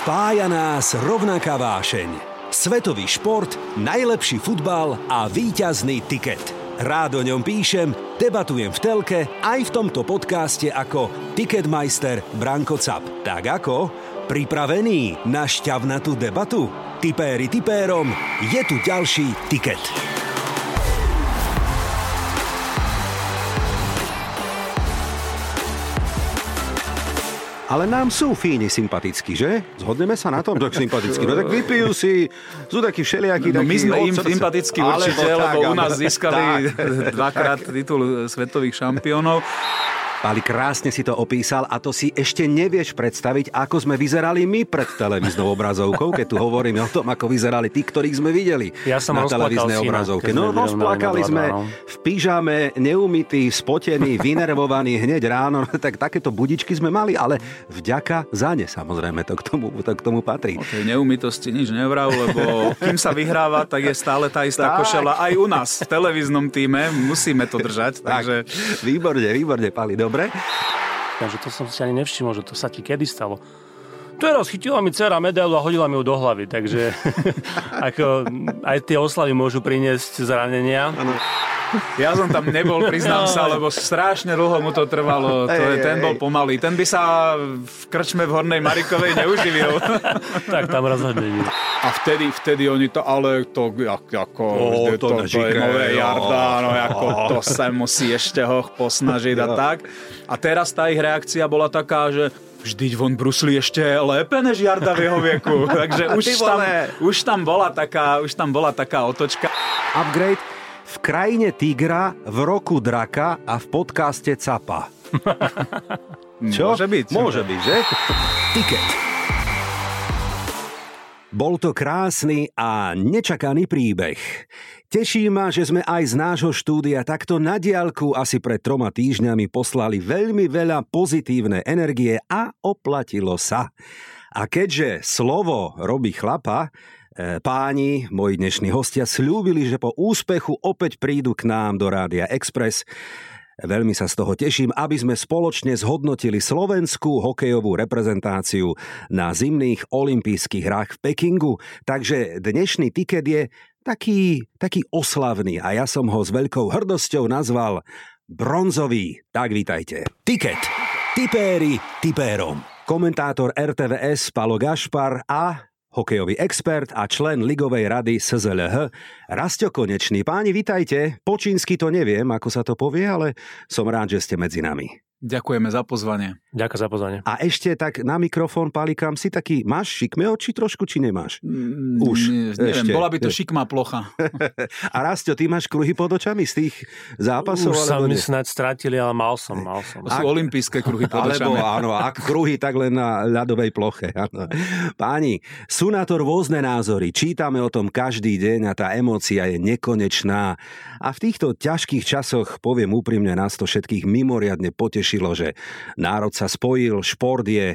Spája nás rovnaká vášeň. Svetový šport, najlepší futbal a víťazný tiket. Rád o ňom píšem, debatujem v telke aj v tomto podcaste ako Ticketmeister Branko Cap. Tak ako? Pripravený na šťavnatú debatu? Tipéri tipérom, je tu ďalší tiket. Ale nám sú fíni sympatickí, že? Zhodneme sa na tom, tak sympatickí. No tak vypijú si, sú takí všelijakí. No my sme im sympatickí určite, lebo u nás získali dvakrát titul svetových šampiónov. Páli, krásne si to opísal a to si ešte nevieš predstaviť, ako sme vyzerali my pred televíznou obrazovkou, keď tu hovoríme o tom, ako vyzerali tí, ktorých sme videli na televíznej obrazovke. No, rozplakali sme v pyžame, neumytí, spotení, vynervovaní hneď ráno, tak takéto budičky sme mali, ale vďaka za ne, samozrejme, to k tomu patrí. O tej neumytosti nič nevrav, lebo kým sa vyhráva, tak je stále tá istá košela aj u nás v televíznom týme, musíme to držať. Takže... Výborne, Páli, dobre. Takže to som si ani nevšimol, že to sa ti kedy stalo. Teraz chytila mi dcera medailu a hodila mi ju do hlavy, takže ako, aj tie oslavy môžu priniesť zranenia. Ano. Ja som tam nebol, priznám sa, lebo strašne dlho mu to trvalo. Ten bol pomalý. Ten by sa v krčme v Hornej Marikovej neuživil. Tak tam rozhodne. A vtedy oni to, ale to ako to je nové Jarda, no ako to sa musí ešte ho posnažiť a tak. A teraz tá ich reakcia bola taká, že vždyť von bruslí ešte lépe než Jarda v jeho veku. Takže už tam bola taká otočka. Upgrade v krajine tigra, v roku draka a v podcaste capa. Čo? Môže byť, že? Tiket. Bol to krásny a nečakaný príbeh. Teší ma, že sme aj z nášho štúdia takto na diaľku asi pred 3 týždňami poslali veľmi veľa pozitívnej energie a oplatilo sa. A keďže slovo robí chlapa, páni, moji dnešní hostia, sľúbili, že po úspechu opäť prídu k nám do Rádia Express. Veľmi sa z toho teším, aby sme spoločne zhodnotili slovenskú hokejovú reprezentáciu na zimných olympijských hrách v Pekingu. Takže dnešný tiket je taký oslavný a ja som ho s veľkou hrdosťou nazval bronzový. Tak vítajte. Tiket. Tipéri tipérom. Komentátor RTVS Paolo Gašpar a hokejový expert a člen Ligovej rady SZLH Rasťo Konečný. Páni, vitajte. Po čínsky to neviem, ako sa to povie, ale som rád, že ste medzi nami. Ďakujeme za pozvanie. Ďakujem za pozvanie. A ešte tak na mikrofón, Pálikam, si taký, máš šikmé oči trošku, či nemáš? Už. Neviem, bola by to šikmá plocha. A Rasťo, ty máš kruhy pod očami z tých zápasov? Už sa mi snáď strátili, ale mal som. To sú olympijské kruhy pod očami. Áno, ak kruhy, tak len na ľadovej ploche. Áno. Páni, sú na to rôzne názory. Čítame o tom každý deň a tá emócia je nekonečná. A v týchto ťažkých časoch, poviem úprimne, nás to všetkých mimoriadne potešilo, že národ sa spojil, šport je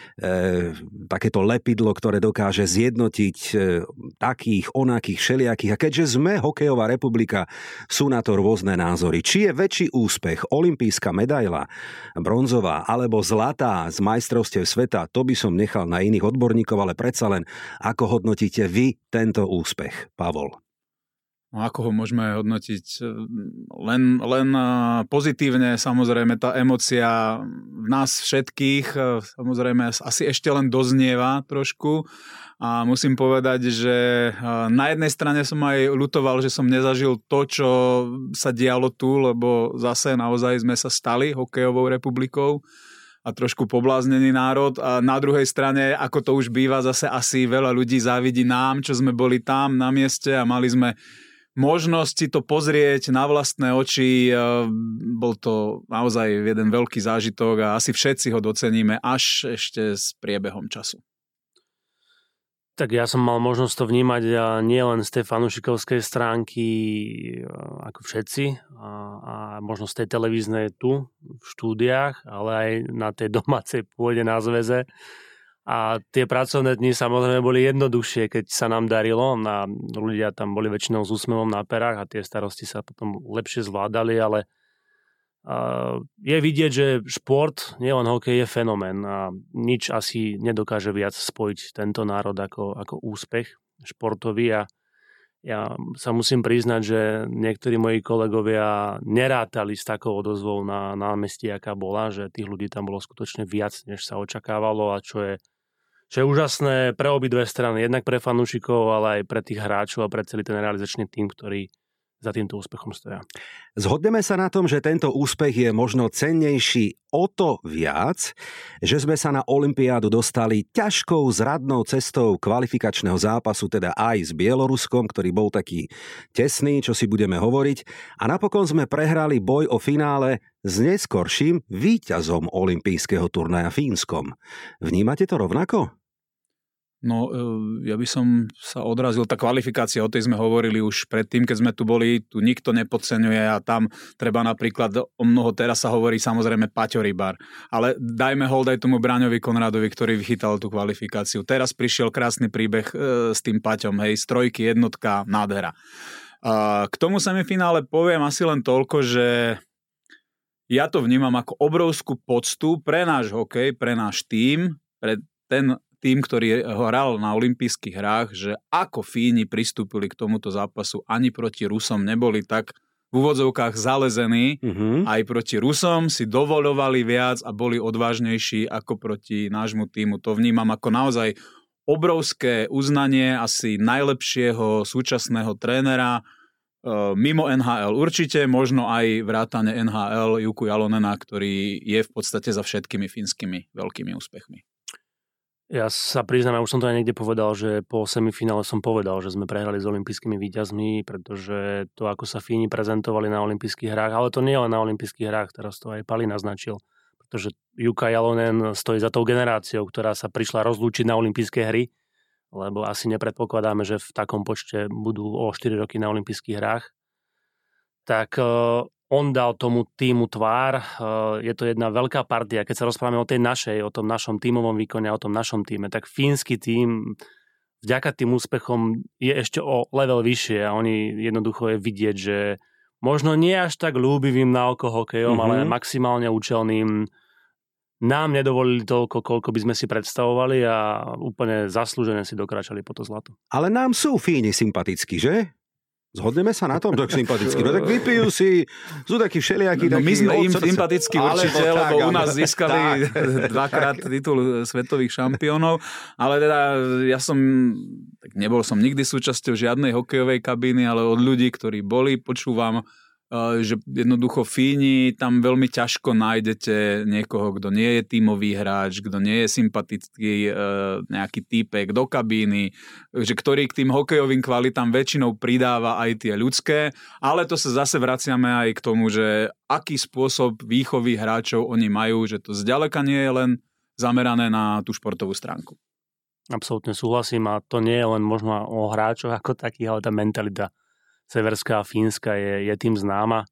takéto lepidlo, ktoré dokáže zjednotiť takých, onakých, všelijakých. A keďže sme hokejová republika, sú na to rôzne názory. Či je väčší úspech olympijská medaila, bronzová alebo zlatá z majstrovstiev sveta, to by som nechal na iných odborníkov, ale predsa len, ako hodnotíte vy tento úspech, Pavol? No, ako ho môžeme hodnotiť? Len pozitívne, samozrejme, tá emócia v nás všetkých, samozrejme, asi ešte len doznieva trošku. A musím povedať, že na jednej strane som aj ľutoval, že som nezažil to, čo sa dialo tu, lebo zase naozaj sme sa stali hokejovou republikou a trošku pobláznený národ. A na druhej strane, ako to už býva, zase asi veľa ľudí závidí nám, čo sme boli tam na mieste a mali sme možnosť si to pozrieť na vlastné oči. Bol to naozaj jeden veľký zážitok a asi všetci ho doceníme až ešte s priebehom času. Tak ja som mal možnosť to vnímať nie len z tej fanúšikovskej stránky ako všetci a možno z tej televíznej tu v štúdiách, ale aj na tej domácej pôde na zväze. A tie pracovné dni samozrejme boli jednoduchšie, keď sa nám darilo. Ľudia tam boli väčšinou s úsmevom na perách a tie starosti sa potom lepšie zvládali, ale Je vidieť, že šport, nielen hokej, je fenomén a nič asi nedokáže viac spojiť tento národ ako úspech športový a ja sa musím priznať, že niektorí moji kolegovia nerátali s takou odozvou na námestí, aká bola, že tých ľudí tam bolo skutočne viac, než sa očakávalo a čo je úžasné pre obidve strany, jednak pre fanúšikov, ale aj pre tých hráčov a pre celý ten realizačný tím, ktorý za týmto úspechom stoja. Zhodneme sa na tom, že tento úspech je možno cennejší o to viac, že sme sa na olympiádu dostali ťažkou zradnou cestou kvalifikačného zápasu, teda aj s Bieloruskom, ktorý bol taký tesný, čo si budeme hovoriť. A napokon sme prehrali boj o finále s neskorším víťazom olympijského turnaja Fínskom. Vnímate to rovnako? No, ja by som sa odrazil, tá kvalifikácia, o tej sme hovorili už predtým, keď sme tu boli, tu nikto nepodceňuje a tam treba napríklad, o mnoho teraz sa hovorí samozrejme Paťo Rybár, ale dajme hold aj tomu Braňovi Konradovi, ktorý vychytal tú kvalifikáciu. Teraz prišiel krásny príbeh s tým Paťom, hej, z trojky, jednotka, nádhera. K tomu semifinále poviem asi len toľko, že ja to vnímam ako obrovskú poctu pre náš hokej, pre náš tím, pre ten tým, ktorý hral na olympijských hrách, že ako Fíni pristúpili k tomuto zápasu, ani proti Rusom neboli tak v úvodzovkách zalezení, aj proti Rusom si dovoľovali viac a boli odvážnejší ako proti nášmu týmu. To vnímam ako naozaj obrovské uznanie asi najlepšieho súčasného trénera mimo NHL určite, možno aj vrátane NHL Jukku Jalonena, ktorý je v podstate za všetkými fínskymi veľkými úspechmi. Ja sa priznám, už som to aj niekde povedal, že po semifinále som povedal, že sme prehrali s olympijskými víťazmi, pretože to, ako sa Fíni prezentovali na olympijských hrách, ale to nie len na olympijských hrách, teraz to aj Pali naznačil, pretože Jukka Jalonen stojí za tou generáciou, ktorá sa prišla rozlúčiť na olympijské hry, lebo asi nepredpokladáme, že v takom počte budú o 4 roky na olympijských hrách. Tak on dal tomu týmu tvár. Je to jedna veľká partia. Keď sa rozprávame o tej našej, o tom našom tímovom výkone, o tom našom týme, tak fínsky tím vďaka tým úspechom je ešte o level vyššie a oni jednoducho je vidieť, že možno nie až tak ľúbivým na oko hokejom, ale maximálne účelným nám nedovolili toľko, koľko by sme si predstavovali a úplne zaslúžené si dokračali po to zlato. Ale nám sú Fíni sympatickí, že? Zhodneme sa na tom, tak sympaticky. No tak vypijú si, sú takí všelijakí. No my sme im sympaticky určite, lebo u nás získali dvakrát titul svetových šampiónov, ale teda ja nebol som nikdy súčasťou žiadnej hokejovej kabíny, ale od ľudí, ktorí boli, počúvam, že jednoducho Fíni, tam veľmi ťažko nájdete niekoho, kto nie je tímový hráč, kto nie je sympatický nejaký týpek do kabíny, že ktorý k tým hokejovým kvalitám väčšinou pridáva aj tie ľudské, ale to sa zase vraciame aj k tomu, že aký spôsob výchovy hráčov oni majú, že to zďaleka nie je len zamerané na tú športovú stránku. Absolútne súhlasím a to nie je len možno o hráčoch ako takých, ale tá mentalita severská a fínska je tým známa.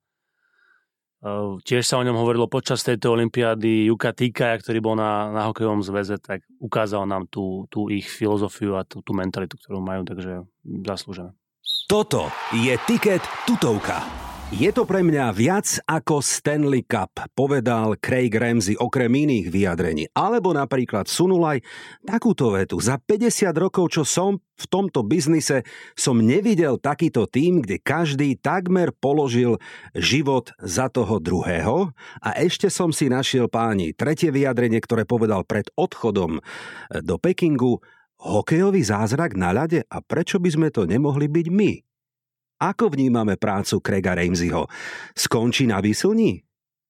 Tiež sa o ňom hovorilo počas tejto olympiády. Jukka Týkaja, ktorý bol na hokejovom zväze, tak ukázal nám tú ich filozofiu a tú mentalitu, ktorú majú, takže zaslúžené. Toto je Tiket tutovka. Je to pre mňa viac ako Stanley Cup, povedal Craig Ramsay okrem iných vyjadrení. Alebo napríklad sunul aj takúto vetu. Za 50 rokov, čo som v tomto biznise, som nevidel takýto tím, kde každý takmer položil život za toho druhého. A ešte som si našiel, páni, tretie vyjadrenie, ktoré povedal pred odchodom do Pekingu. Hokejový zázrak na ľade? A prečo by sme to nemohli byť my? Ako vnímame prácu Craiga Ramsayho? Skončí na výsilni?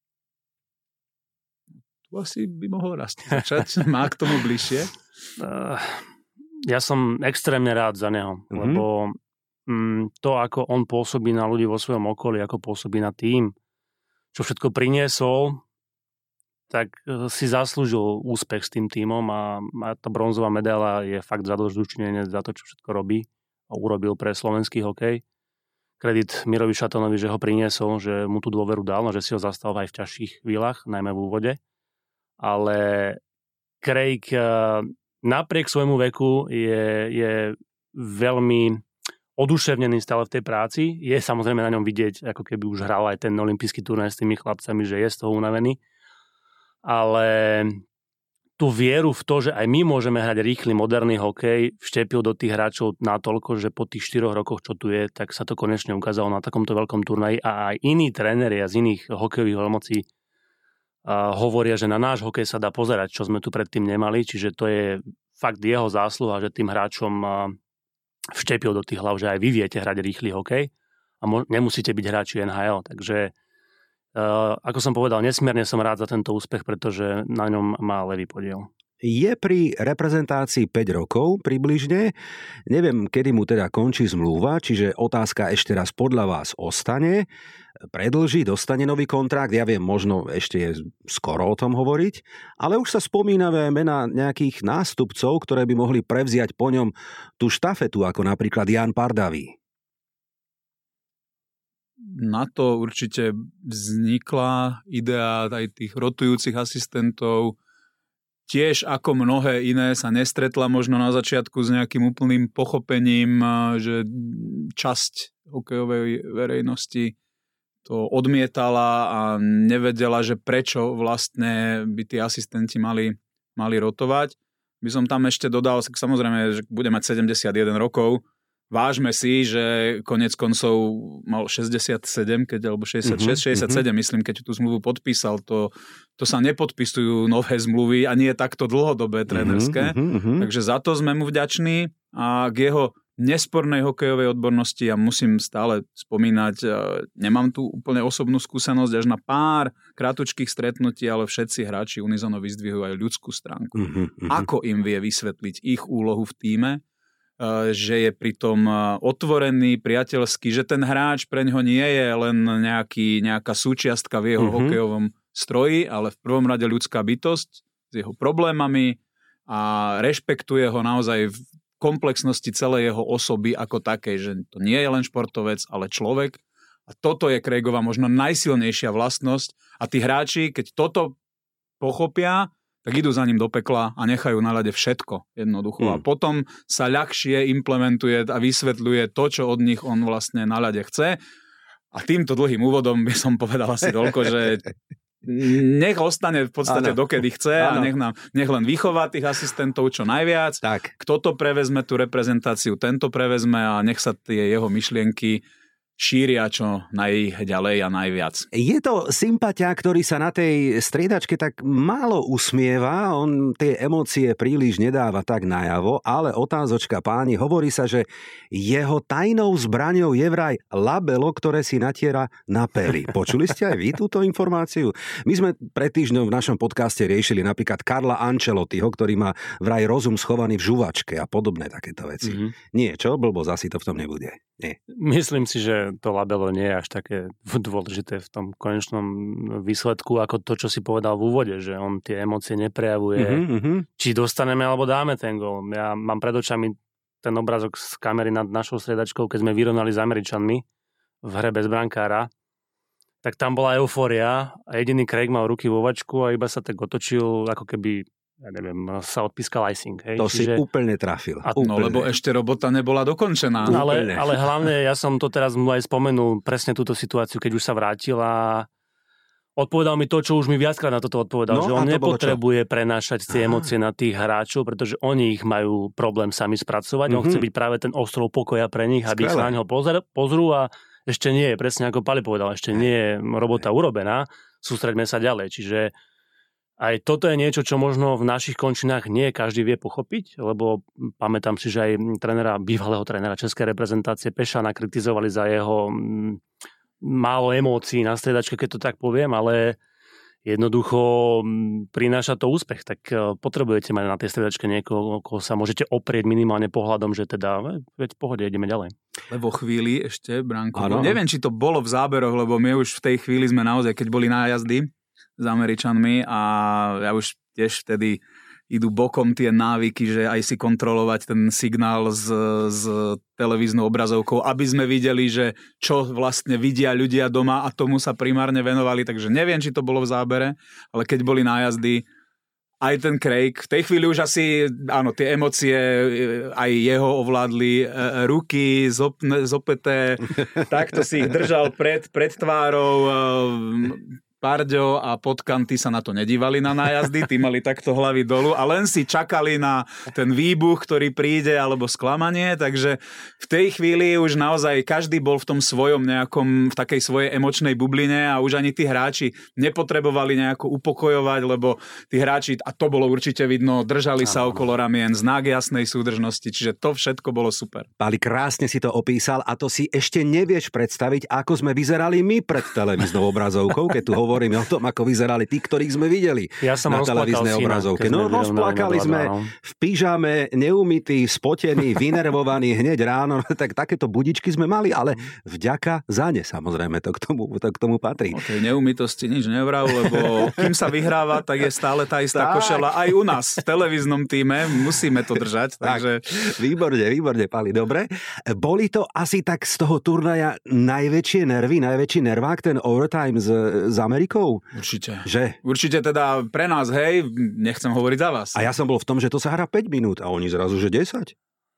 Tu asi by mohol Rasti začať. Má k tomu bližšie? Ja som extrémne rád za neho, lebo to, ako on pôsobí na ľudí vo svojom okolí, ako pôsobí na tým, čo všetko priniesol, tak si zaslúžil úspech s tým tímom a tá bronzová medaila je fakt zadozučinenie za to, čo všetko robí a urobil pre slovenský hokej. Kredit Mirovi Šatonovi, že ho priniesol, že mu tú dôveru dal, že si ho zastal aj v ťažších chvíľach, najmä v úvode. Ale Craig napriek svojmu veku je veľmi oduševnený stále v tej práci. Je samozrejme na ňom vidieť, ako keby už hral aj ten olympijský turnaj s tými chlapcami, že je z toho unavený. Ale tú vieru v to, že aj my môžeme hrať rýchly, moderný hokej, vštepil do tých hráčov natoľko, že po tých 4 rokoch, čo tu je, tak sa to konečne ukázalo na takomto veľkom turnaji a aj iní tréneri z iných hokejových veľmocí hovoria, že na náš hokej sa dá pozerať, čo sme tu predtým nemali, čiže to je fakt jeho zásluha, že tým hráčom vštepil do tých hlav, že aj vy viete hrať rýchly hokej a nemusíte byť hráči NHL, takže ako som povedal, nesmierne som rád za tento úspech, pretože na ňom má Levý podiel. Je pri reprezentácii 5 rokov približne. Neviem, kedy mu teda končí zmluva, čiže otázka ešte raz podľa vás ostane, predĺži, dostane nový kontrakt. Ja viem, možno ešte je skoro o tom hovoriť, ale už sa spomínavé mena nejakých nástupcov, ktoré by mohli prevziať po ňom tú štafetu, ako napríklad Jan Pardavý. Na to určite vznikla idea aj tých rotujúcich asistentov. Tiež ako mnohé iné sa nestretla možno na začiatku s nejakým úplným pochopením, že časť hokejovej verejnosti to odmietala a nevedela, že prečo vlastne by tí asistenti mali rotovať. By som tam ešte dodal, samozrejme, že bude mať 71 rokov, vážme si, že konec koncov mal 67, alebo 66, 67, myslím, keď tú zmluvu podpísal. To sa nepodpisujú nové zmluvy a nie takto dlhodobé trénerské. Takže za to sme mu vďační a k jeho nespornej hokejovej odbornosti ja musím stále spomínať, nemám tu úplne osobnú skúsenosť až na pár krátučkých stretnutí, ale všetci hráči unizono vyzdvihujú aj ľudskú stránku. Ako im vie vysvetliť ich úlohu v tíme, že je pritom otvorený, priateľský, že ten hráč preňho nie je len nejaká súčiastka v jeho hokejovom stroji, ale v prvom rade ľudská bytosť s jeho problémami a rešpektuje ho naozaj v komplexnosti celej jeho osoby ako takej, že to nie je len športovec, ale človek. A toto je Craigova možno najsilnejšia vlastnosť a tí hráči, keď toto pochopia, tak idú za ním do pekla a nechajú na ľade všetko jednoducho. A potom sa ľahšie implementuje a vysvetľuje to, čo od nich on vlastne na ľade chce. A týmto dlhým úvodom by som povedal asi toľko, že nech ostane v podstate dokedy chce a nech len vychová tých asistentov čo najviac. Tak. Kto to prevezme, tú reprezentáciu, tento prevezme a nech sa tie jeho myšlienky šíria čo najďalej a najviac. Je to sympaťák, ktorý sa na tej striedačke tak málo usmieva, on tie emócie príliš nedáva tak najavo, ale otázočka páni, hovorí sa, že jeho tajnou zbraňou je vraj labelo, ktoré si natiera na peli. Počuli ste aj vy túto informáciu? My sme pred týždňom v našom podcaste riešili napríklad Karla Ancelottiho, ktorý má vraj rozum schovaný v žuvačke a podobné takéto veci. Nie, čo? Blbosť, asi to v tom nebude. Nie. Myslím si, že to labelo nie je až také dôležité v tom konečnom výsledku, ako to, čo si povedal v úvode, že on tie emócie neprejavuje. Či dostaneme, alebo dáme ten gól. Ja mám pred očami ten obrázok z kamery nad našou striedačkou, keď sme vyrovnali s Američanmi v hre bez brankára, tak tam bola eufória a jediný Craig mal ruky vo vačku a iba sa tak otočil, ako keby ja neviem, sa odpískal icing. Hej? To si úplne trafil. No lebo ešte robota nebola dokončená. Ale hlavne ja som to teraz mu aj spomenul, presne túto situáciu, keď už sa vrátil a odpovedal mi to, čo už mi viackrát na toto odpovedal, že on nepotrebuje prenášať tie emócie na tých hráčov, pretože oni ich majú problém sami spracovať. On chce byť práve ten ostrov pokoja pre nich, aby sa na neho pozrú a ešte nie je, presne ako Pali povedal, ešte nie je robota urobená, sústreďme sa ďalej. Čiže aj toto je niečo, čo možno v našich končinách nie každý vie pochopiť, lebo pamätám si, že aj bývalého trénera českej reprezentácie Pešana kritizovali za jeho málo emócií na striedačke, keď to tak poviem, ale jednoducho prináša to úspech, tak potrebujete mať na tej striedačke niekoho, koho sa môžete oprieť minimálne pohľadom, že teda, veď v pohode, ideme ďalej. Lebo chvíli ešte, Branko, neviem, či to bolo v záberoch, lebo my už v tej chvíli sme naozaj, keď boli nájazdy s Američanmi a ja už tiež vtedy idú bokom tie návyky, že aj si kontrolovať ten signál z televíznou obrazovkou, aby sme videli, že čo vlastne vidia ľudia doma a tomu sa primárne venovali, takže neviem, či to bolo v zábere, ale keď boli nájazdy, aj ten Craig. V tej chvíli už asi, áno, tie emócie aj jeho ovládli, ruky zopeté, takto si ich držal pred tvárou, Parďo a Potkan, tí sa na to nedívali na nájazdy, tí mali takto hlavy dolu a len si čakali na ten výbuch, ktorý príde, alebo sklamanie, takže v tej chvíli už naozaj každý bol v tom svojom nejakom, v takej svojej emočnej bubline a už ani tí hráči nepotrebovali nejako upokojovať, lebo tí hráči, a to bolo určite vidno, držali sa okolo ramien, znak jasnej súdržnosti, čiže to všetko bolo super. Pali, krásne si to opísal a to si ešte nevieš predstaviť, ako sme vyzerali my pred televíznou obrazovkou, keď tu hovoríme o tom, ako vyzerali tí, ktorých sme videli na televíznej obrazovke. No, rozplakali sme v pyžame, neumytí, spotení, vynervovaní hneď ráno. Tak takéto budičky sme mali, ale vďaka za ne, samozrejme, to k tomu patrí. O tej neumytosti nič nevrav, lebo kým sa vyhráva, tak je stále tá istá košela. Aj u nás v televíznom týme musíme to držať. Takže... Výborne, Pali, dobre. Boli to asi tak z toho turnaja najväčší nervák, ten overtime z Amerikou? Určite. Že? Určite teda pre nás, hej, nechcem hovoriť za vás. A ja som bol v tom, že to sa hrá 5 minút a oni zrazu, že 10.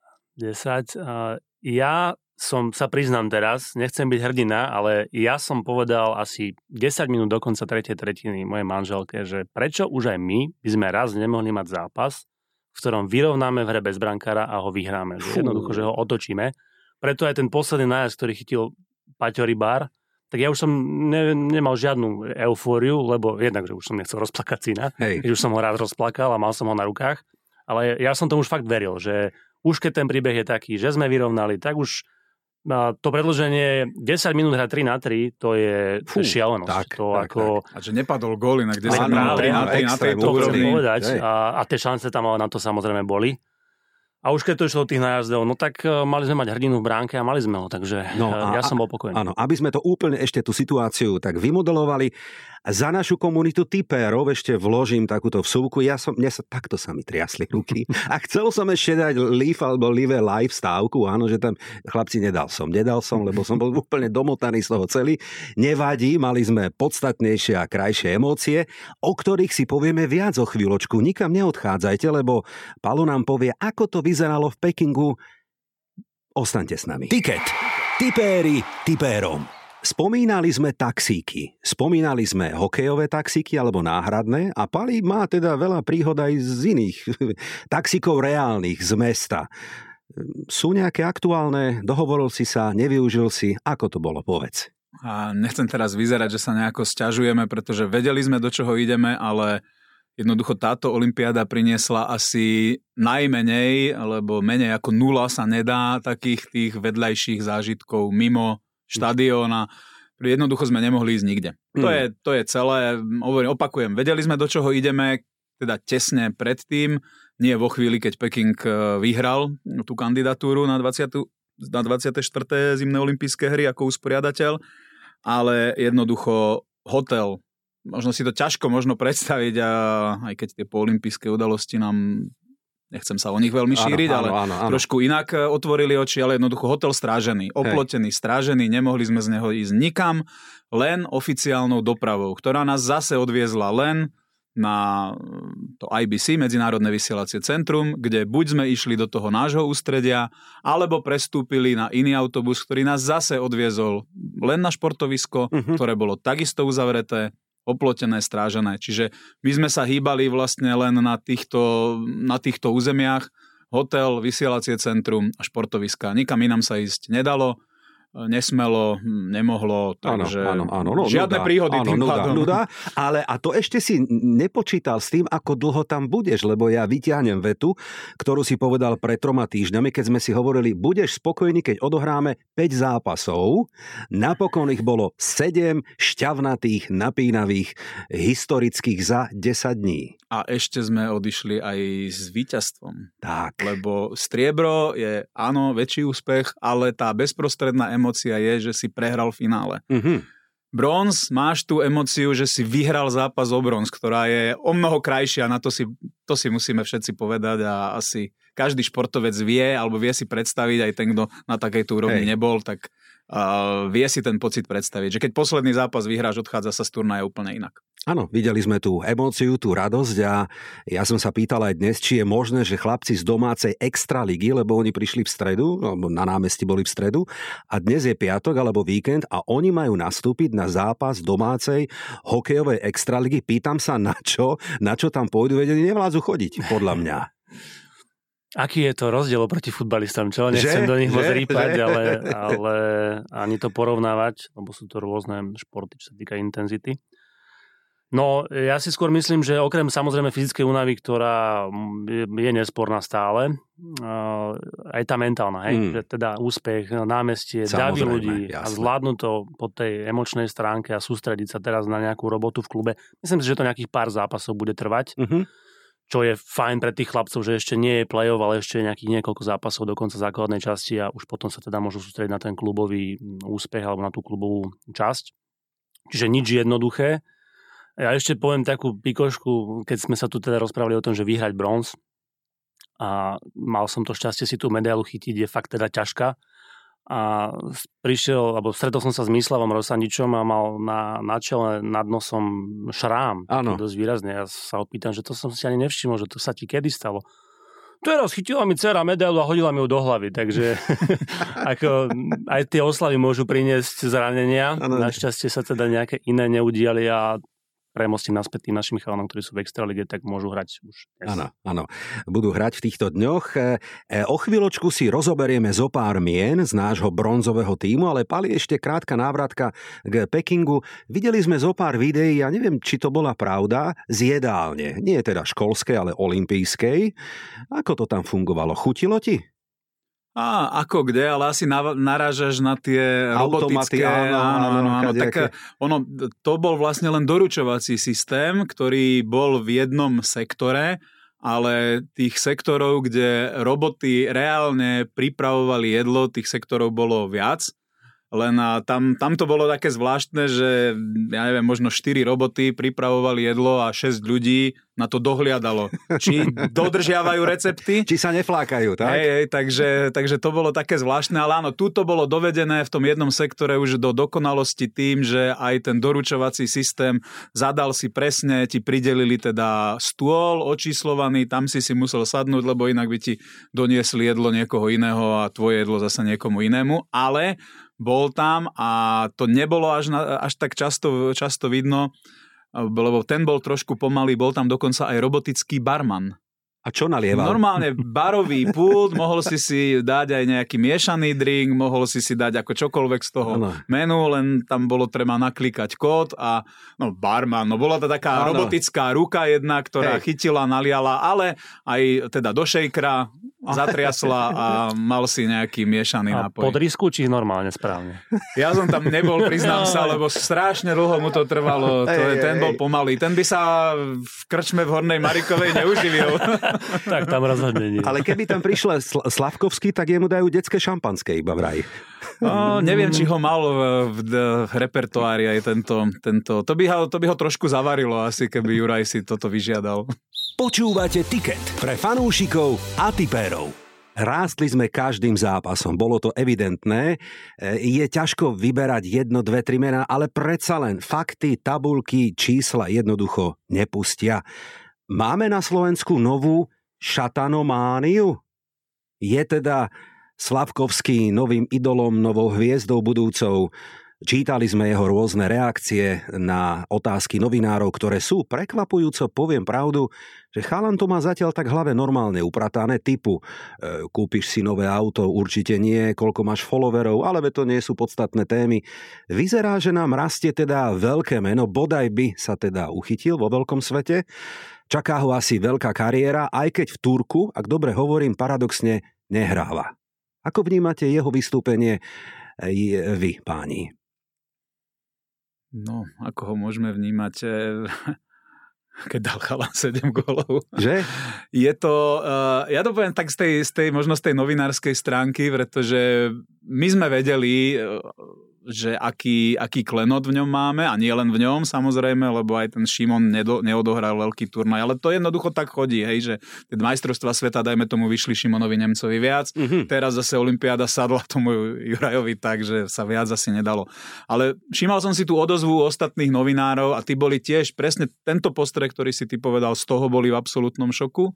10. Ja sa priznám teraz, nechcem byť hrdina, ale ja som povedal asi 10 minút do konca tretej tretiny mojej manželke, že prečo už aj my by sme raz nemohli mať zápas, v ktorom vyrovnáme v hre bez brankára a ho vyhráme. Jednoducho, že ho otočíme. Preto aj ten posledný nájazd, ktorý chytil Paťo Rybár, tak ja už som nemal žiadnu eufóriu, lebo jednak, že už som nechcel rozplakať syna, keď už som ho rád rozplakal a mal som ho na rukách, ale ja som tomu už fakt veril, že už keď ten príbeh je taký, že sme vyrovnali, tak už to predĺženie 10 minút hra 3-3, to je šialenosť. Tak. A že nepadol gól inak 10 minút 3-3 na tejto úrovni. A tie šance tam na to samozrejme boli. A už keď to išlo od tých nájazdov, no tak mali sme mať hrdinu v bránke a mali sme ho, takže ja som bol pokojný. Áno, aby sme to úplne ešte tú situáciu tak vymodelovali, za našu komunitu tipérov ešte vložím takúto vsúvku. Takto sa mi triasli ruky. A chcel som ešte dať live stávku, áno, že tam chlapci nedal som, lebo som bol úplne domotaný z toho celý. Nevadí, mali sme podstatnejšie a krajšie emócie, o ktorých si povieme viac o chvíľočku. Nikam neodchádzajte, lebo Palo nám povie, ako to vyzeralo v Pekingu. Ostaňte s nami. Tiket. Tipéri tipérom. Spomínali sme taxíky. Spomínali sme hokejové taxíky alebo náhradné a Pali má teda veľa príhod aj z iných taxíkov reálnych z mesta. Sú nejaké aktuálne? Dohovoril si sa, nevyužil si? Ako to bolo? Povedz. A nechcem teraz vyzerať, že sa nejako sťažujeme, pretože vedeli sme, do čoho ideme, ale jednoducho táto olympiáda priniesla asi najmenej, alebo menej ako 0 sa nedá takých tých vedľajších zážitkov mimo štadióna. Jednoducho sme nemohli ísť nikde. To je celé. Opakujem, vedeli sme, do čoho ideme, teda tesne predtým, nie vo chvíli, keď Peking vyhral tú kandidatúru na 24. zimné olympijské hry ako usporiadateľ, ale jednoducho hotel, možno si to ťažko predstaviť, a aj keď tie poolympijské udalosti nám, nechcem sa o nich veľmi šíriť, áno, trošku inak otvorili oči, ale jednoducho hotel strážený, oplotený, strážený, nemohli sme z neho ísť nikam, len oficiálnou dopravou, ktorá nás zase odviezla len na to IBC, Medzinárodné vysielacie centrum, kde buď sme išli do toho nášho ústredia, alebo prestúpili na iný autobus, ktorý nás zase odviezol len na športovisko, ktoré bolo takisto uzavreté, oplotené, strážené. Čiže my sme sa hýbali vlastne len na týchto územiach. Hotel, vysielacie centrum a športoviska. Nikam inám sa ísť nedalo, nesmelo, nemohlo, takže áno, žiadne príhody tým pádom. Nuda, ale a to ešte si nepočítal s tým, ako dlho tam budeš, lebo ja vyťahnem vetu, ktorú si povedal pred 3 týždňami, keď sme si hovorili, budeš spokojný, keď odohráme 5 zápasov. Napokon ich bolo 7 šťavnatých, napínavých, historických za 10 dní. A ešte sme odišli aj s víťazstvom. Tak. Lebo striebro je, áno, väčší úspech, ale tá bezprostredná emócia je, že si prehral v finále. Bronz, máš tú emóciu, že si vyhral zápas o bronz, ktorá je o mnoho krajšia, na to si musíme všetci povedať a asi každý športovec vie, alebo vie si predstaviť, aj ten, kto na takejto úrovni nebol, tak vie si ten pocit predstaviť, že keď posledný zápas vyhráš, odchádza sa z turnaja úplne inak. Áno, videli sme tú emóciu, tú radosť a ja som sa pýtal aj dnes, či je možné, že chlapci z domácej extraligy, lebo oni prišli v stredu, alebo na námestí boli v stredu a dnes je piatok alebo víkend a oni majú nastúpiť na zápas domácej hokejovej extraligy. Pýtam sa na čo tam pôjdu, veď oni nevládzu chodiť, podľa mňa. Aký je to rozdiel proti futbalistom, čo? Nechcem do nich moc rýpať, ale ani to porovnávať, lebo sú to rôzne športy, čo sa týka intenzity. No, ja si skôr myslím, že okrem samozrejme fyzickej únavy, ktorá je nesporná stále, aj tá mentálna, hej? Že teda úspech, námestie, daví ľudí a zvládnu to po tej emočnej stránke a sústrediť sa teraz na nejakú robotu v klube. Myslím si, že to nejakých pár zápasov bude trvať, čo je fajn pre tých chlapcov, že ešte nie je play-off, ale ešte je nejakých niekoľko zápasov do konca základnej časti a už potom sa teda môžu sústrediť na ten klubový úspech alebo na tú klubovú časť. Čiže nič jednoduché. Ja ešte poviem takú pikošku, keď sme sa tu teda rozprávali o tom, že vyhrať bronz a mal som to šťastie si tú medailu chytiť, je fakt teda ťažká. A stretol som sa s Mislavom Rosandičom a mal na čele nad nosom šrám. Áno. Dosť výrazne. Ja sa opýtam, že to som si ani nevšimol, že to sa ti kedy stalo. Teraz chytila mi dcera medailu a hodila mi ju do hlavy, takže ako aj tie oslavy môžu priniesť zranenia. Ano. Našťastie sa teda nejaké iné neudiali a premostím naspäť tým našim chalanom, ktorí sú v extralige, tak môžu hrať už. Áno. Budú hrať v týchto dňoch. O chvíľočku si rozoberieme zo pár mien z nášho bronzového tímu, ale Pali, ešte krátka návratka k Pekingu. Videli sme zo pár videí, ja neviem, či to bola pravda, z jedálne. Nie teda školskej, ale olympijskej. Ako to tam fungovalo? Chutilo ti? Ako kde, ale asi narážaš na tie robotické. Áno. Tak to bol vlastne len doručovací systém, ktorý bol v jednom sektore, ale tých sektorov, kde roboty reálne pripravovali jedlo, tých sektorov bolo viac. Len tam to bolo také zvláštne, že ja neviem, možno 4 roboty pripravovali jedlo a 6 ľudí na to dohliadalo. Či dodržiavajú recepty. Či sa neflákajú, tak? Hej, takže to bolo také zvláštne, ale áno, tu to bolo dovedené v tom jednom sektore už do dokonalosti tým, že aj ten doručovací systém zadal si presne, ti pridelili teda stôl očíslovaný, tam si musel sadnúť, lebo inak by ti doniesli jedlo niekoho iného a tvoje jedlo zasa niekomu inému, ale bol tam a to nebolo až tak často vidno, lebo ten bol trošku pomalý, bol tam dokonca aj robotický barman. A čo nalieval? Normálne barový pult, mohol si dať aj nejaký miešaný drink, mohol si dať ako čokoľvek z toho menu, len tam bolo treba naklikať kód a barman, bola to taká robotická ruka jedna, ktorá chytila, naliala, ale aj teda do šejkra zatriasla a mal si nejaký miešaný nápoj. A pod risku, či normálne správne? Ja som tam nebol, priznám sa, lebo strašne dlho mu to trvalo. Ten bol pomalý. Ten by sa v krčme v Hornej Marikovej neuživil. Tak tam rozhodne nie. Ale keby tam prišiel Slavkovský, tak jemu dajú detské šampanské iba vraj. Neviem, či ho mal v repertoári aj tento. To by ho trošku zavarilo asi, keby Juraj si toto vyžiadal. Počúvate Tiket pre fanúšikov a tipérov. Rástli sme každým zápasom, bolo to evidentné. Je ťažko vyberať 1, 2, 3 mená, ale predsa len fakty, tabuľky, čísla jednoducho nepustia. Máme na Slovensku novú šatanomániu? Je teda Slavkovský novým idolom, novou hviezdou budúcou? Čítali sme jeho rôzne reakcie na otázky novinárov, ktoré sú prekvapujúco, poviem pravdu, že chalan to má zatiaľ tak hlave normálne upratané, typu kúpiš si nové auto, určite nie, koľko máš followerov, ale to nie sú podstatné témy. Vyzerá, že nám rastie teda veľké meno, bodaj by sa teda uchytil vo veľkom svete. Čaká ho asi veľká kariéra, aj keď v Turku, ak dobre hovorím, paradoxne nehráva. Ako vnímate jeho vystúpenie vy, páni? No, ako ho môžeme vnímať, keď dal chalan 7 gólov. Že? Je to, ja to poviem tak možno z tej novinárskej stránky, pretože my sme vedeli že aký klenot v ňom máme, a nie len v ňom samozrejme, lebo aj ten Šimon neodohral veľký turnaj, ale to jednoducho tak chodí, hej, že tie majstrovstvá sveta, dajme tomu, vyšli Šimonovi Nemcovi viac, teraz zase olympiáda sadla tomu Jurajovi tak, že sa viac asi nedalo. Ale všímal som si tú odozvu ostatných novinárov a tí boli tiež presne tento postreh, ktorý si ty povedal, z toho boli v absolútnom šoku.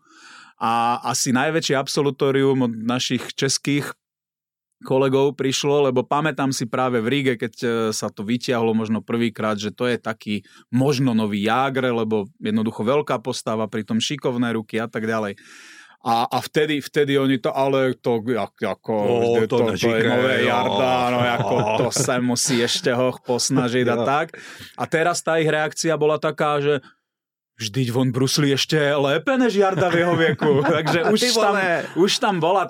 A asi najväčšie absolutórium od našich českých kolegov prišlo, lebo pamätám si práve v Ríge, keď sa to vytiahlo možno prvýkrát, že to je taký možno nový Jágr, lebo jednoducho veľká postava, pritom šikovné ruky a tak ďalej. A vtedy oni to, ale to ako to je nové Jarda, no ako to sa musí ešte ho posnažiť a tak. A teraz tá ich reakcia bola taká, že vždyť von brusli ešte lépe než Jarda v jeho veku. Takže už tam bola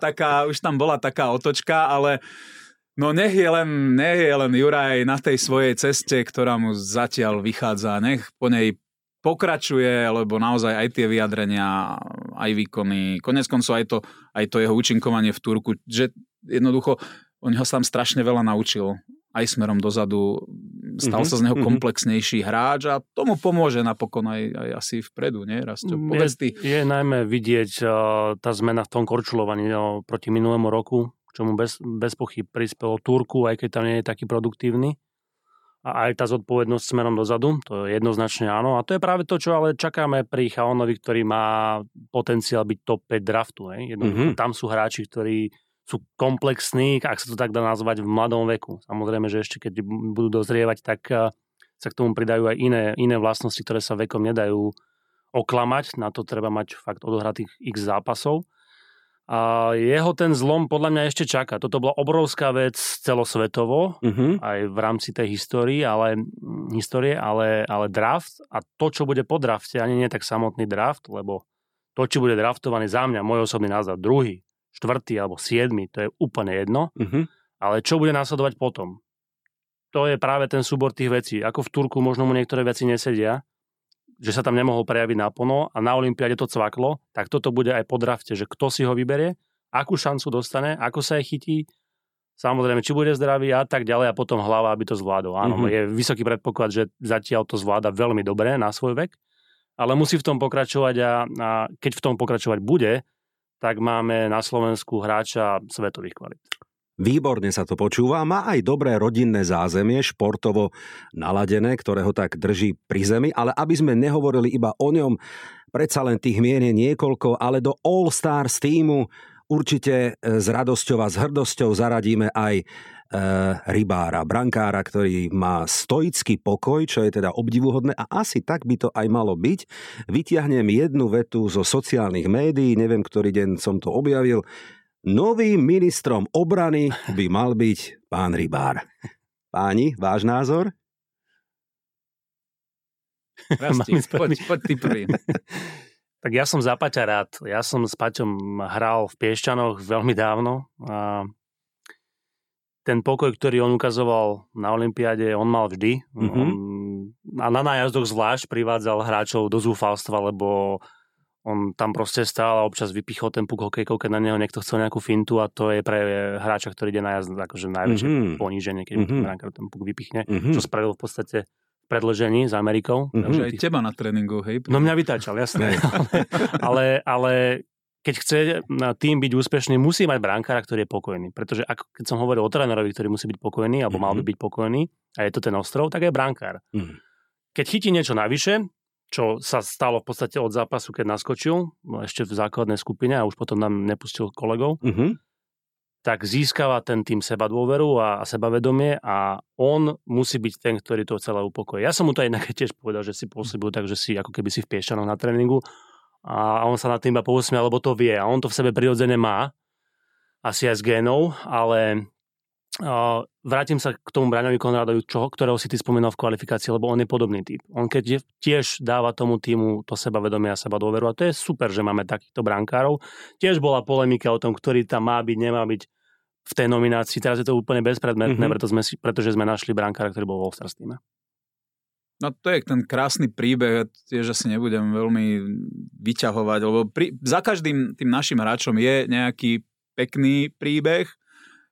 taká otočka, ale no nech je len Juraj na tej svojej ceste, ktorá mu zatiaľ vychádza. Nech po nej pokračuje, lebo naozaj aj tie vyjadrenia, aj výkony, konec koncov aj to jeho účinkovanie v Turku, že jednoducho on ho sám strašne veľa naučil. Aj smerom dozadu stal sa z neho komplexnejší hráč a tomu pomôže napokon aj asi vpredu, nie? Je najmä vidieť tá zmena v tom korčulovaní proti minulému roku, k čomu bez pochyb prispelo Turku, aj keď tam nie je taký produktívny. A aj tá zodpovednosť smerom dozadu, to je jednoznačne áno. A to je práve to, čo ale čakáme pri Chaonovi, ktorý má potenciál byť top 5 draftu. Tam sú hráči, ktorí sú komplexní, ak sa to tak dá nazvať, v mladom veku. Samozrejme, že ešte keď budú dozrievať, tak sa k tomu pridajú aj iné vlastnosti, ktoré sa vekom nedajú oklamať. Na to treba mať fakt odohratých x zápasov. A jeho ten zlom podľa mňa ešte čaká. Toto bola obrovská vec celosvetovo, aj v rámci tej histórie, ale draft a to, čo bude po drafte, ani nie tak samotný draft, lebo to, či bude draftovaný za mňa, môj osobný názor, 2., 4. alebo 7., to je úplne jedno, ale čo bude následovať potom? To je práve ten súbor tých vecí. Ako v Turku možno mu niektoré veci nesedia, že sa tam nemohol prejaviť naplno a na olympiáde to cvaklo, tak toto bude aj po drafte, že kto si ho vyberie, akú šancu dostane, ako sa jej chytí, samozrejme, či bude zdravý a tak ďalej a potom hlava, aby to zvládol. Áno, je vysoký predpoklad, že zatiaľ to zvláda veľmi dobre na svoj vek, ale musí v tom pokračovať a keď v tom pokračovať bude, tak máme na Slovensku hráča svetových kvalít. Výborne sa to počúva, má aj dobré rodinné zázemie, športovo naladené, ktoré ho tak drží pri zemi, ale aby sme nehovorili iba o ňom, predsa len tých mien je niekoľko, ale do All Stars týmu určite s radosťou a s hrdosťou zaradíme aj rybára, brankára, ktorý má stoický pokoj, čo je teda obdivuhodné a asi tak by to aj malo byť. Vytiahnem jednu vetu zo sociálnych médií, neviem, ktorý deň som to objavil. Novým ministrom obrany by mal byť pán Rybár. Páni, váš názor? Rasti, poď ty prvý. Tak ja som za Paťa rád. Ja som s Paťom hral v Piešťanoch veľmi dávno a ten pokoj, ktorý on ukazoval na olympiáde, on mal vždy. A na nájazdoch zvlášť privádzal hráčov do zúfalstva, lebo on tam proste stál a občas vypichol ten puk hokejkou, keď na neho niekto chcel nejakú fintu a to je pre hráča, ktorý ide na jazd akože najväčšie poníženie, keď ten puk vypichne, čo spravil v podstate v predĺžení s Amerikou. Takže aj teba na tréningu, hej? No mňa vytáčal, jasné. ale keď chce tým byť úspešný, musí mať brankára, ktorý je pokojný. Pretože keď som hovoril o trénerovi, ktorý musí byť pokojný, alebo mal by byť pokojný, a je to ten ostrov, tak je brankár. Keď chytí niečo navyše, čo sa stalo v podstate od zápasu, keď naskočil, ešte v základnej skupine a už potom nám nepustil kolegov, tak získava ten tým sebadôveru a sebavedomie a on musí byť ten, ktorý to celé upokojí. Ja som mu to inak tiež povedal, že si pôsobil tak, že si ako keby si v Piešťanoch na tréningu a on sa nad tým iba pousmial, lebo to vie a on to v sebe prirodzene má, asi aj s génov, ale vrátim sa k tomu Braňovi Konrádovi, ktorého si ty spomínal v kvalifikácii, lebo on je podobný typ. On keď tiež dáva tomu týmu to sebavedomie a sebadôveru a to je super, že máme takýchto brankárov. Tiež bola polemika o tom, ktorý tam má byť, nemá byť v tej nominácii. Teraz je to úplne bezpredmetné, pretože sme našli brankára, ktorý bol vo All-Stars týme. No to je ten krásny príbeh, tiež asi nebudem veľmi vyťahovať, lebo za každým tým našim hráčom je nejaký pekný príbeh.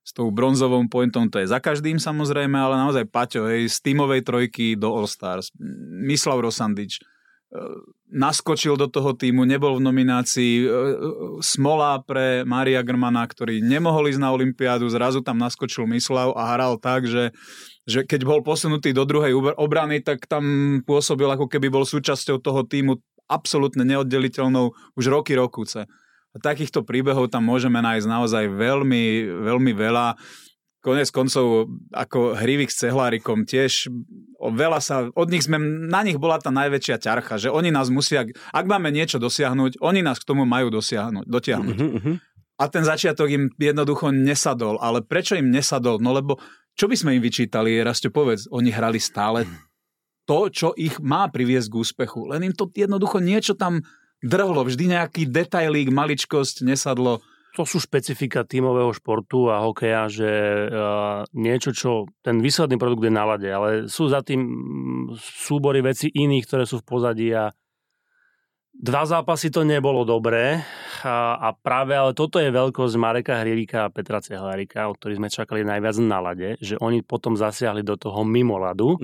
s tou bronzovou pointou, to je za každým samozrejme, ale naozaj Paťo, z tímovej trojky do All-Stars. Mislav Rosandič naskočil do toho tímu, nebol v nominácii, smola pre Mária Grmana, ktorý nemohol ísť na olympiádu, zrazu tam naskočil Mislav a hral tak, že keď bol posunutý do druhej obrany, tak tam pôsobil, ako keby bol súčasťou toho tímu absolútne neoddeliteľnou už roky. A takýchto príbehov tam môžeme nájsť naozaj veľmi, veľmi veľa. Konec koncov, ako Hrivik s Cehlárikom tiež od nich na nich bola tá najväčšia ťarcha, že oni nás musia, ak máme niečo dosiahnuť, oni nás k tomu majú dotiahnuť. A ten začiatok im jednoducho nesadol. Ale prečo im nesadol? No lebo, čo by sme im vyčítali, Rasto, povedz, oni hrali stále to, čo ich má priviesť k úspechu. Len im to jednoducho niečo tam drhlo, vždy nejaký detailík, maličkosť nesadlo. To sú špecifika tímového športu a hokeja, že niečo, čo ten výsledný produkt je na lade, ale sú za tým súbory veci iných, ktoré sú v pozadí a 2 zápasy to nebolo dobré a práve ale toto je veľkosť Mareka Hrivika a Petra Cehlárika, od ktorých sme čakali najviac na lade, že oni potom zasiahli do toho mimo ľadu.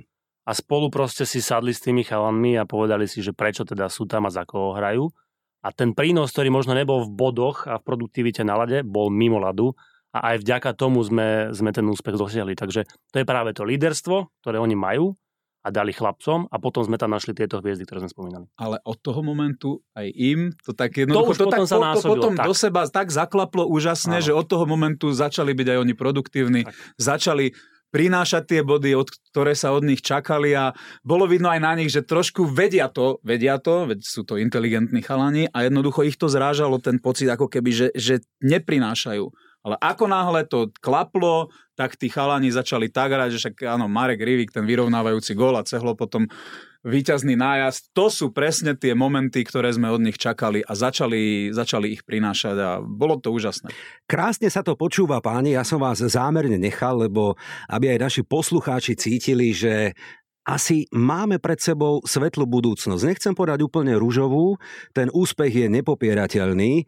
A spolu proste si sadli s tými chalanmi a povedali si, že prečo teda sú tam a za koho hrajú. A ten prínos, ktorý možno nebol v bodoch a v produktivite na lade, bol mimo ľadu a aj vďaka tomu sme ten úspech dosiahli. Takže to je práve to líderstvo, ktoré oni majú a dali chlapcom a potom sme tam našli tieto hviezdy, ktoré sme spomínali. Ale od toho momentu aj im to tak jednoducho potom do seba tak zaklaplo úžasne, že od toho momentu začali byť aj oni produktívni, začali prinášať tie body, ktoré sa od nich čakali a bolo vidno aj na nich, že trošku vedia to, veď sú to inteligentní chalani a jednoducho ich to zrážalo ten pocit ako keby, že neprinášajú. Ale ako náhle to klaplo, tak tí chalani začali tak hrať, že však áno, Marek Hrivik, ten vyrovnávajúci gól a Cehlo potom víťazný nájazd. To sú presne tie momenty, ktoré sme od nich čakali a začali ich prinášať a bolo to úžasné. Krásne sa to počúva, páni, ja som vás zámerne nechal, lebo aby aj naši poslucháči cítili, že asi máme pred sebou svetlú budúcnosť. Nechcem povedať úplne ružovú, ten úspech je nepopierateľný.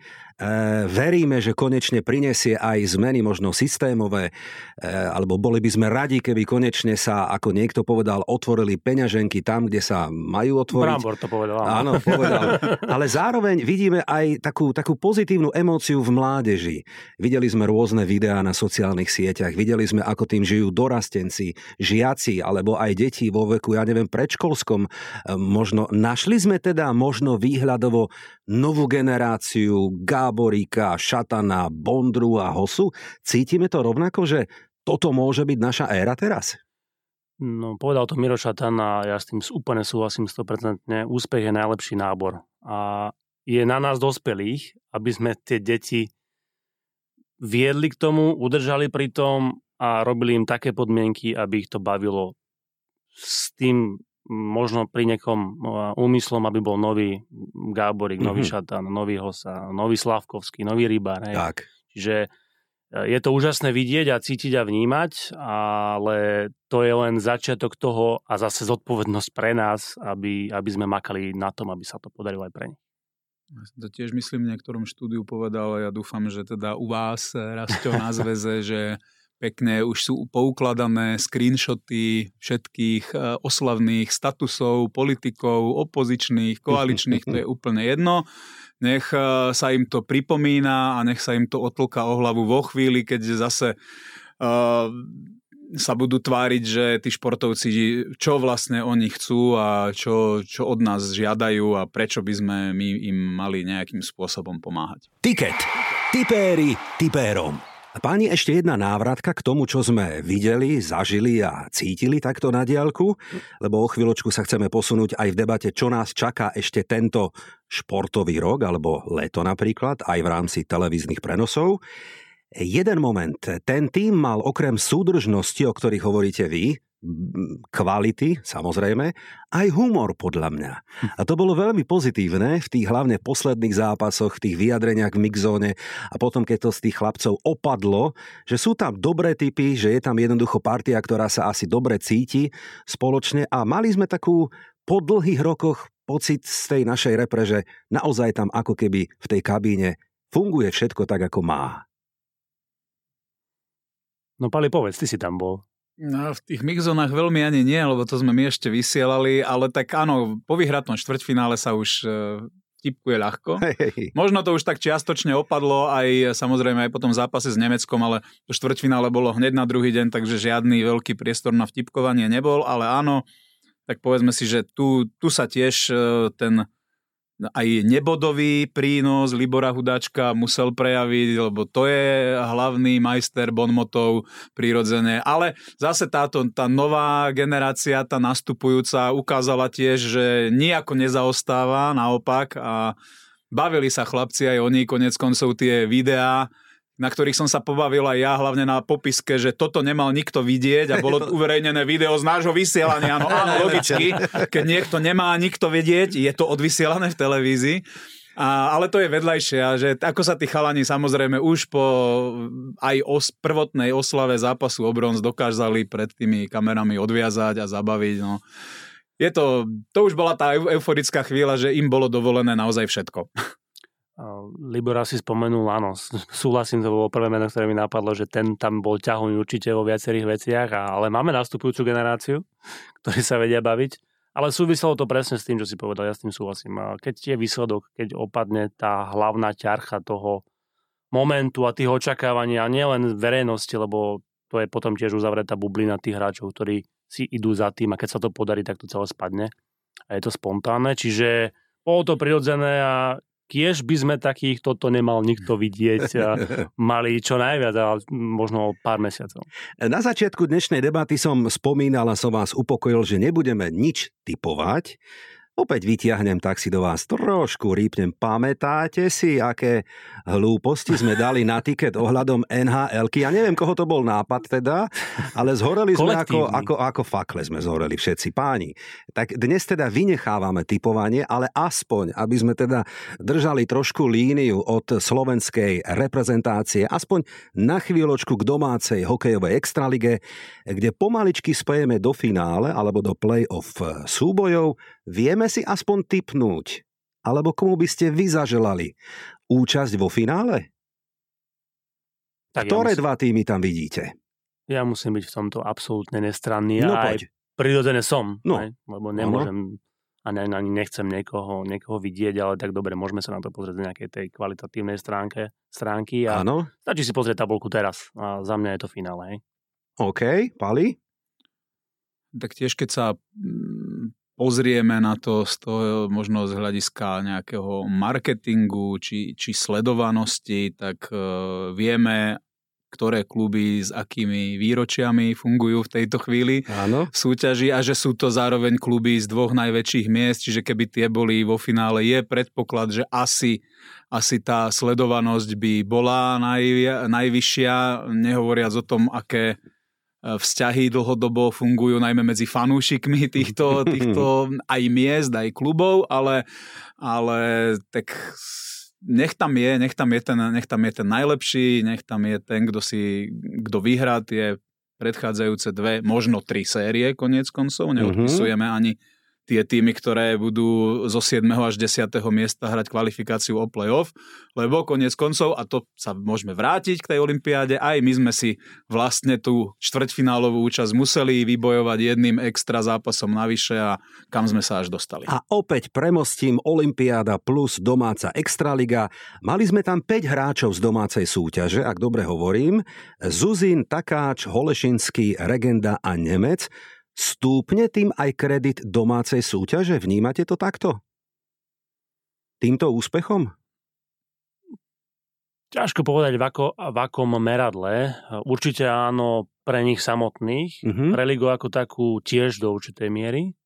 Veríme, že konečne prinesie aj zmeny možno systémové, alebo boli by sme radi, keby konečne sa, ako niekto povedal, otvorili peňaženky tam, kde sa majú otvoriť. Brambor to povedal. Áno, povedal. Ale zároveň vidíme aj takú pozitívnu emóciu v mládeži. Videli sme rôzne videá na sociálnych sieťach, videli sme, ako tým žijú dorastenci, žiaci, alebo aj deti vo veku, ja neviem, predškolskom. Možno našli sme teda výhľadovo novú generáciu Gáboríka, Šatana, Bondru a Hosu. Cítime to rovnako, že toto môže byť naša éra teraz? No, povedal to Miro Šatan a ja s tým úplne súhlasím 100%. Úspech je najlepší nábor. A je na nás dospelých, aby sme tie deti viedli k tomu, udržali pri tom a robili im také podmienky, aby ich to bavilo. S tým možno pri niekom úmyslom, aby bol nový Gáborík, nový Šatan, nový Hosa, nový Slavkovský, nový Rybár. Tak. Čiže je to úžasné vidieť a cítiť a vnímať, ale to je len začiatok toho a zase zodpovednosť pre nás, aby sme makali na tom, aby sa to podarilo aj pre nich. Ja to tiež myslím v niektorom štúdiu povedal a ja dúfam, že teda u vás, Rastio, na zväze, že pekne už sú poukladané screenshoty všetkých oslavných statusov, politikov, opozičných, koaličných, to je úplne jedno. Nech sa im to pripomína a nech sa im to otlká o hlavu vo chvíli, keď zase sa budú tváriť, že tí športovci, čo vlastne oni chcú a čo od nás žiadajú a prečo by sme my im mali nejakým spôsobom pomáhať. Tiket. Tipéri tipérom. Páni, ešte jedna návratka k tomu, čo sme videli, zažili a cítili takto na diaľku, lebo o chvíľočku sa chceme posunúť aj v debate, čo nás čaká ešte tento športový rok, alebo leto napríklad, aj v rámci televíznych prenosov. Jeden moment, ten tým mal okrem súdržnosti, o ktorých hovoríte vy, kvality, samozrejme, aj humor podľa mňa. A to bolo veľmi pozitívne v tých hlavne posledných zápasoch, v tých vyjadreniach v mixzóne a potom, keď to z tých chlapcov opadlo, že sú tam dobré tipy, že je tam jednoducho partia, ktorá sa asi dobre cíti spoločne a mali sme takú po dlhých rokoch pocit z tej našej repre, že naozaj tam ako keby v tej kabíne funguje všetko tak, ako má. No Pali, povedz, ty si tam bol. No, v tých mixzónach veľmi ani nie, lebo to sme my ešte vysielali, ale tak áno, po vyhratom štvrťfinále sa už tipkuje ľahko. Možno to už tak čiastočne opadlo aj samozrejme aj po tom zápase s Nemeckom, ale to štvrťfinále bolo hneď na druhý deň, takže žiadny veľký priestor na vtipkovanie nebol, ale áno, tak povedzme si, že tu sa tiež ten aj nebodový prínos Libora Hudáčka musel prejaviť, lebo to je hlavný majster bonmotov prirodzene. Ale zase tá nová generácia, tá nastupujúca, ukázala tiež, že nijako nezaostáva, naopak. A bavili sa chlapci aj oni, konec koncov tie videá, na ktorých som sa pobavil aj ja, hlavne na popiske, že toto nemal nikto vidieť a bolo uverejnené video z nášho vysielania. No áno, logicky, keď niekto nemá nikto vedieť, je to odvysielané v televízii. Ale to je vedľajšie, že ako sa tí chalani samozrejme už po aj prvotnej oslave zápasu o bronz dokázali pred tými kamerami odviazať a zabaviť. No. To už bola tá euforická chvíľa, že im bolo dovolené naozaj všetko. Libor si spomenul, áno, súhlasím, to bolo prvé meno, ktoré mi napadlo, že ten tam bol ťahuň určite vo viacerých veciach, ale máme nastupujúcu generáciu, ktorí sa vedia baviť, ale súviselo to presne s tým, čo si povedal, ja s tým súhlasím. Keď je výsledok, keď opadne tá hlavná ťarcha toho momentu a tých očakávaní a nielen verejnosti, lebo to je potom tiež uzavretá bublina tých hráčov, ktorí si idú za tým a keď sa to podarí, tak to celé spadne a je to spontánne, čiže bolo to prirodzené a kiež by sme takých toto nemal nikto vidieť a mali čo najviac, ale možno pár mesiacov. Na začiatku dnešnej debaty som spomínal a som vás upokojil, že nebudeme nič tipovať. Opäť vytiahnem, tak si do vás trošku rýpnem. Pamätáte si, aké hlúposti sme dali na tiket ohľadom NHL-ky? Ja neviem, koho to bol nápad teda, ale zhoreli sme ako fakle sme zhoreli všetci páni. Tak dnes teda vynechávame tipovanie, ale aspoň, aby sme teda držali trošku líniu od slovenskej reprezentácie, aspoň na chvíľočku k domácej hokejovej extralige, kde pomaličky spejeme do finále alebo do play-off súbojov. Vieme si aspoň tipnúť, alebo komu by ste vy zaželali účasť vo finále? Tak ktoré dva týmy tam vidíte? Ja musím byť v tomto absolútne nestranný. No a aj prirodzené som, no. Lebo nemôžem a ani nechcem niekoho vidieť, ale tak dobre, môžeme sa na to pozrieť z nejakej tej kvalitatívnej stránky a stačí si pozrieť tabuľku teraz a za mňa je to finále. Hej. OK, Pali? Tak tiež keď sa pozrieme na to z toho možno z hľadiska nejakého marketingu či sledovanosti, tak vieme, ktoré kluby s akými výročiami fungujú v tejto chvíli v súťaži a že sú to zároveň kluby z dvoch najväčších miest, čiže keby tie boli vo finále, je predpoklad, že asi tá sledovanosť by bola najvyššia, nehovoriac o tom, aké vzťahy dlhodobo fungujú najmä medzi fanúšikmi týchto aj miest, aj klubov, ale tak nech tam je ten najlepší, nech tam je ten, kto vyhrá tie predchádzajúce 2, možno 3 série koniec koncov. Neodpisujeme ani tie týmy, ktoré budú zo 7. až 10. miesta hrať kvalifikáciu o play-off, lebo koniec koncov, a to sa môžeme vrátiť k tej olympiáde, aj my sme si vlastne tú štvrťfinálovú účasť museli vybojovať jedným extra zápasom navyše a kam sme sa až dostali. A opäť premostím olympiáda plus domáca extraliga. Mali sme tam 5 hráčov z domácej súťaže, ak dobre hovorím. Zuzin, Takáč, Holešinský, Regenda a Nemec. Stúpne tým aj kredit domácej súťaže? Vnímate to takto? Týmto úspechom? Ťažko povedať v akom meradle. Určite áno pre nich samotných. Pre ligu ako takú tiež do určitej miery.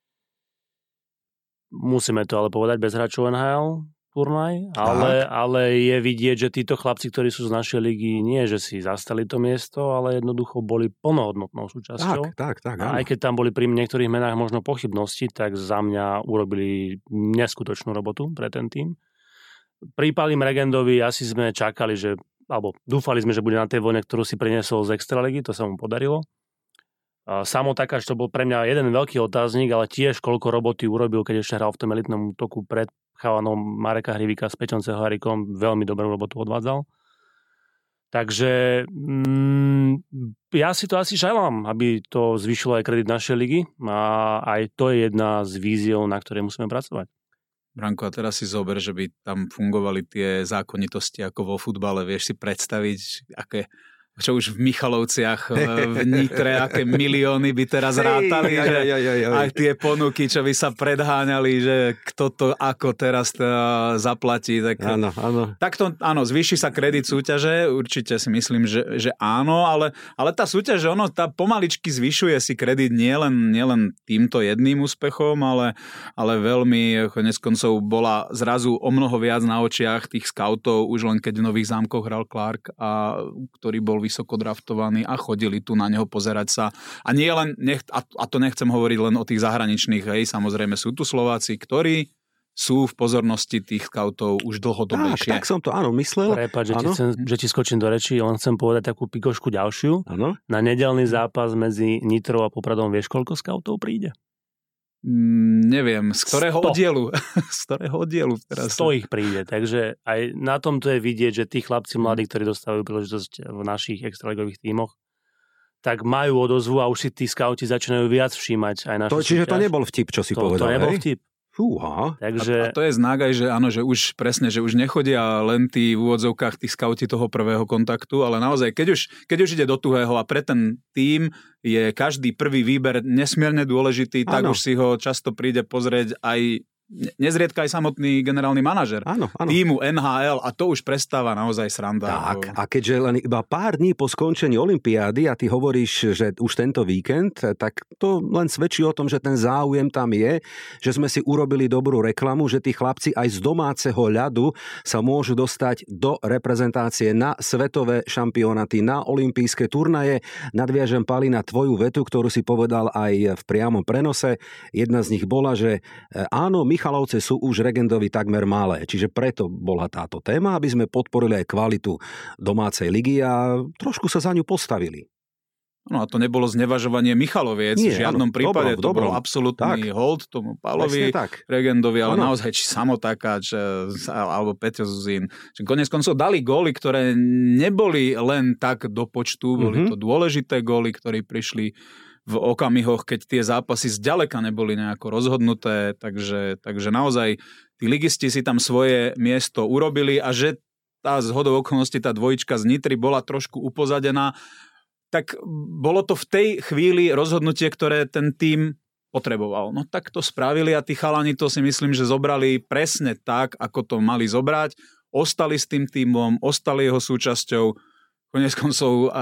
Musíme to ale povedať bez hráčov NHL turnaj, ale je vidieť, že títo chlapci, ktorí sú z našej ligy, nie že si zastali to miesto, ale jednoducho boli plnohodnotnou súčasťou. Tak, a aj keď tam boli pri niektorých menách možno pochybnosti, tak za mňa urobili neskutočnú robotu pre ten tým. Pri Palim Regendovi asi sme čakali, alebo dúfali sme, že bude na tej vojne, ktorú si priniesol z extraligy, to sa mu podarilo. Samo Takáč, to bol pre mňa jeden veľký otáznik, ale tiež koľko roboty urobil, keď ešte hral v tom elitnom útoku pred chalanom Mareka Hrivika s Pečom Ceholárikom, veľmi dobrú robotu odvádzal. Takže ja si to asi želám, aby to zvyšilo aj kredit našej ligy a aj to je jedna z víziev, na ktorej musíme pracovať. Branko, a teraz si zober, že by tam fungovali tie zákonitosti ako vo futbale. Vieš si predstaviť, aké, čo už v Michalovciach, v Nitre, aké milióny by teraz rátali, aj tie ponuky, čo by sa predháňali, že kto to ako teraz zaplatí. Tak, áno. Takto, áno, zvýši sa kredit súťaže, určite si myslím, že áno, ale tá súťaž, tá pomaličky zvyšuje si kredit nielen týmto jedným úspechom, ale veľmi, konec koncov bola zrazu o mnoho viac na očiach tých skautov, už len keď v Nových Zámkoch hral Clark, a ktorý bol vysoko draftovaní a chodili tu na neho pozerať sa. A nie len, a to nechcem hovoriť len o tých zahraničných, hej, samozrejme sú tu Slováci, ktorí sú v pozornosti tých skautov už dlhodobejšie. Tak som to, áno, myslel. Prepáč, že ti skočím do rečí, len chcem povedať takú pikošku ďalšiu. Áno. Na nedeľný zápas medzi Nitrou a Popradom vieš, koľko skautov príde? Neviem, z ktorého oddielu? Z ktorého oddielu teraz? 100 ich príde, takže aj na tomto je vidieť, že tí chlapci mladí, ktorí dostávajú príležitosť v našich extraligových tímoch, tak majú odozvu a už si tí skauti začínajú viac všímať aj našu súťaž. Čiže to nebol vtip, čo si povedal, To nebol vtip. Fúha. Takže... A to je znak aj, že áno, že už presne, že už nechodia len tí v úvodzovkách tí skauti toho prvého kontaktu, ale naozaj, keď už ide do tuhého a pre ten tím je každý prvý výber nesmierne dôležitý, tak už si ho často príde pozrieť aj nezriedka aj samotný generálny manažer tímu NHL a to už prestáva naozaj sranda. Tak, a keďže len iba pár dní po skončení olympiády a ty hovoríš, že už tento víkend, tak to len svedčí o tom, že ten záujem tam je, že sme si urobili dobrú reklamu, že tí chlapci aj z domáceho ľadu sa môžu dostať do reprezentácie na svetové šampionáty, na olympijské turnaje. Nadviažem, Pali, na tvoju vetu, ktorú si povedal aj v priamom prenose. Jedna z nich bola, že áno, Michalovce sú už Regendovi takmer malé, čiže preto bola táto téma, aby sme podporili aj kvalitu domácej ligy a trošku sa za ňu postavili. No a to nebolo znevažovanie Michaloviec, v žiadnom prípade, to bol absolútny hold tomu Pálovi, Regendovi, ale naozaj či Samotakáč alebo Peťo Zuzín. Konec koncov dali góly, ktoré neboli len tak do počtu, boli to dôležité góly, ktoré prišli v okamihoch, keď tie zápasy zďaleka neboli nejako rozhodnuté, takže naozaj tí ligisti si tam svoje miesto urobili a že tá zhodou okolností, tá dvojička z Nitry bola trošku upozadená, tak bolo to v tej chvíli rozhodnutie, ktoré ten tím potreboval. No tak to spravili a tí chalani to si myslím, že zobrali presne tak, ako to mali zobrať. Ostali s tým tímom, ostali jeho súčasťou. Konec koncov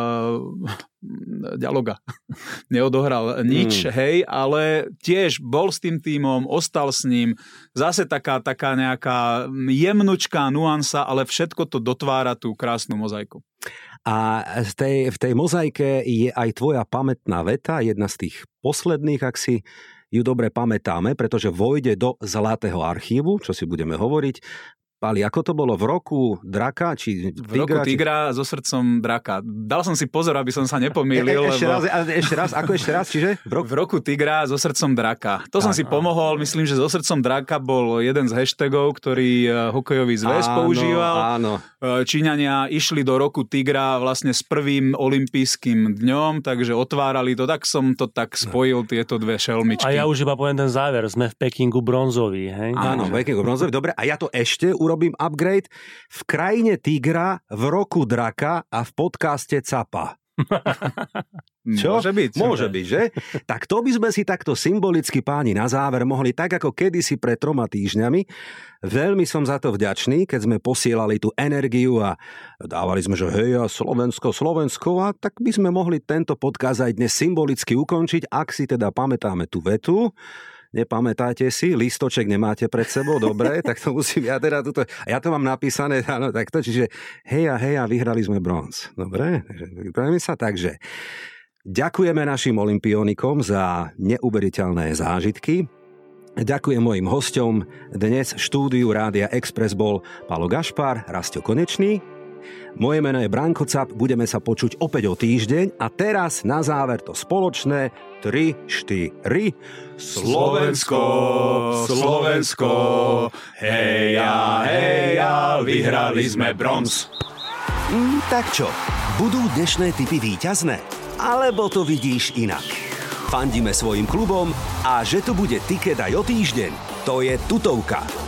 Ďaloga neodohral nič, hej, ale tiež bol s tým tímom, ostal s ním. Zase taká nejaká jemnučká nuansa, ale všetko to dotvára tú krásnu mozaiku. A v tej mozaike je aj tvoja pamätná veta, jedna z tých posledných, ak si ju dobre pamätáme, pretože vojde do Zlatého archívu, čo si budeme hovoriť. Pali, ako to bolo? V roku draka? Či v roku tigra so srdcom draka. Dal som si pozor, aby som sa nepomýlil. Ešte raz, čiže? V roku tigra so srdcom draka. To som si pomohol, myslím, že so srdcom draka bol jeden z hashtagov, ktorý hokejový zväz používal. Áno. Číňania išli do roku tigra vlastne s prvým olympijským dňom, takže otvárali to, tak som to tak spojil, tieto dve šelmičky. A ja už iba poviem ten záver, sme v Pekingu bronzový, hej? Áno, v Pekingu bronzový, dobre, a ja to ešte urobím upgrade v krajine tigra, v roku draka a v podcaste capa. Čo? Môže byť, že? Tak to by sme si takto symbolicky, páni, na záver mohli, tak ako kedysi pred 3 týždňami. Veľmi som za to vďačný, keď sme posielali tú energiu a dávali sme, že hej, a Slovensko, a tak by sme mohli tento podcast aj dnes symbolicky ukončiť, ak si teda pamätáme tú vetu. Nepamätáte si, listoček nemáte pred sebou, dobre, tak to musím ja teda tuto, ja to mám napísané, áno, takto, čiže heja, vyhrali sme bronz, dobre, pripravíme sa, takže ďakujeme našim olympionikom za neuveriteľné zážitky, ďakujem mojim hosťom, dnes v štúdiu Rádia Express bol Palo Gašpar, Rastio Konečný. Moje meno je Branko Cap, budeme sa počuť opäť o týždeň a teraz na záver to spoločné 3, 4, Slovensko, heja, vyhrali sme bronz. Tak čo, budú dnešné tipy víťazné? Alebo to vidíš inak? Fandíme svojim klubom a že tu bude tiket aj o týždeň, to je tutovka.